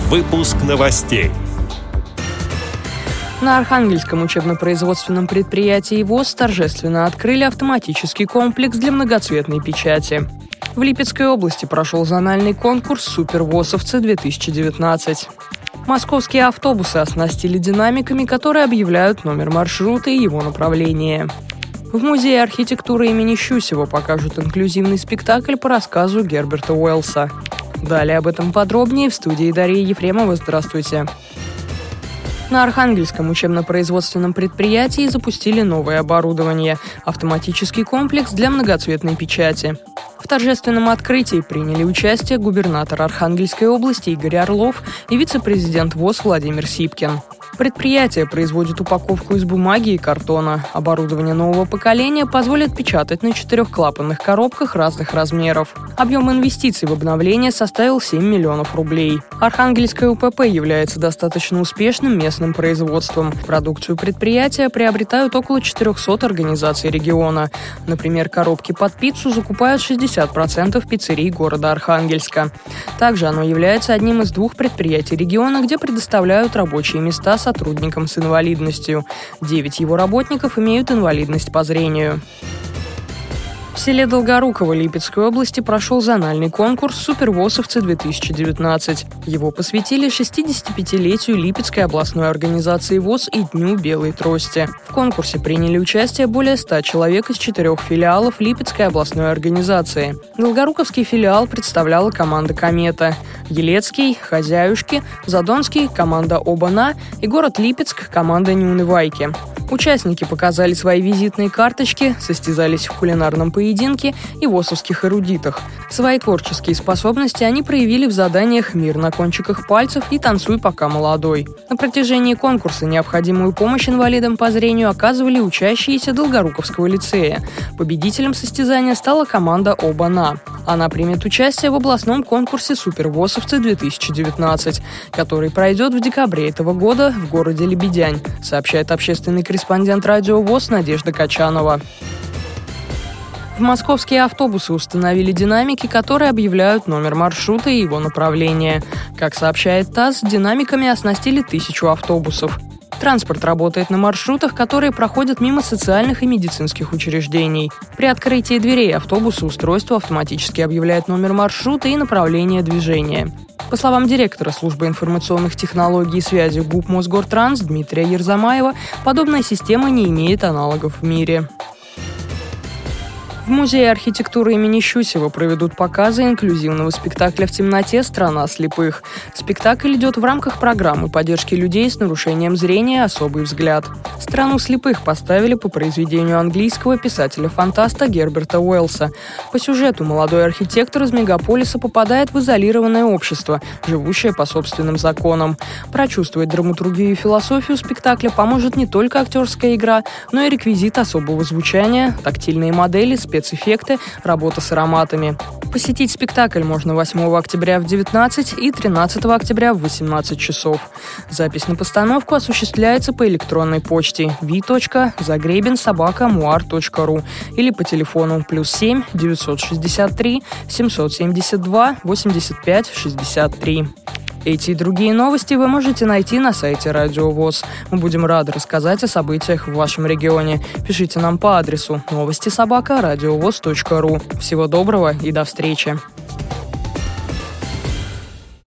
Выпуск новостей. На Архангельском учебно-производственном предприятии ВОС торжественно открыли автоматический комплекс для многоцветной печати. В Липецкой области прошел зональный конкурс «Супервосовцы-2019». Московские автобусы оснастили динамиками, которые объявляют номер маршрута и его направление. В Музее архитектуры имени Щусева покажут инклюзивный спектакль по рассказу Герберта Уэллса. Далее об этом подробнее в студии Дарьи Ефремова. Здравствуйте. На Архангельском учебно-производственном предприятии запустили новое оборудование – автоматический комплекс для многоцветной печати. В торжественном открытии приняли участие губернатор Архангельской области Игорь Орлов и вице-президент ВОС Владимир Сипкин. Предприятие производит упаковку из бумаги и картона. Оборудование нового поколения позволит печатать на 4-клапанных коробках разных размеров. Объем инвестиций в обновление составил 7 миллионов рублей. Архангельская УПП является достаточно успешным местным производством. Продукцию предприятия приобретают около 400 организаций региона. Например, коробки под пиццу закупают 60% пиццерий города Архангельска. Также оно является одним из 2 предприятий региона, где предоставляют рабочие места сотрудникам с инвалидностью. 9 его работников имеют инвалидность по зрению. В селе Долгоруково Липецкой области прошел зональный конкурс «Супервосовцы-2019». Его посвятили 65-летию Липецкой областной организации ВОС и Дню белой трости. В конкурсе приняли участие более 100 человек из 4 филиалов Липецкой областной организации. Долгоруковский филиал представляла команда «Комета», Елецкий, Хозяюшки, Задонский, команда «Оба-на» и город Липецк, команда «Не унывайки». Участники показали свои визитные карточки, состязались в кулинарном поединке и восовских эрудитах. Свои творческие способности они проявили в заданиях «Мир на кончиках пальцев» и «Танцуй, пока молодой». На протяжении конкурса необходимую помощь инвалидам по зрению оказывали учащиеся Долгоруковского лицея. Победителем состязания стала команда «Оба-на». Она примет участие в областном конкурсе «Супервосовцы-2019», который пройдет в декабре этого года в городе Лебедянь, сообщает общественный корреспондент радио ВОС Надежда Качанова. В московские автобусы установили динамики, которые объявляют номер маршрута и его направление. Как сообщает ТАСС, динамиками оснастили 1000 автобусов. Транспорт работает на маршрутах, которые проходят мимо социальных и медицинских учреждений. При открытии дверей автобуса устройство автоматически объявляет номер маршрута и направление движения. По словам директора службы информационных технологий и связи ГУП Мосгортранс Дмитрия Ерзамаева, подобная система не имеет аналогов в мире. В Музее архитектуры имени Щусева проведут показы инклюзивного спектакля «В темноте. Страна слепых». Спектакль идет в рамках программы поддержки людей с нарушением зрения «Особый взгляд». «Страну слепых» поставили по произведению английского писателя-фантаста Герберта Уэллса. По сюжету молодой архитектор из мегаполиса попадает в изолированное общество, живущее по собственным законам. Прочувствовать драматургию и философию спектакля поможет не только актерская игра, но и реквизит особого звучания, тактильные модели, спецэффекты, работа с ароматами. Посетить спектакль можно 8 октября в 19 и 13 октября в 18 часов. Запись на постановку осуществляется по электронной почте vi.zagrebin@muar.ru или по телефону +7 963 772 85 63. Эти и другие новости вы можете найти на сайте Радио ВОС. Мы будем рады рассказать о событиях в вашем регионе. Пишите нам по адресу новости@радиовос.ру. Всего доброго и до встречи.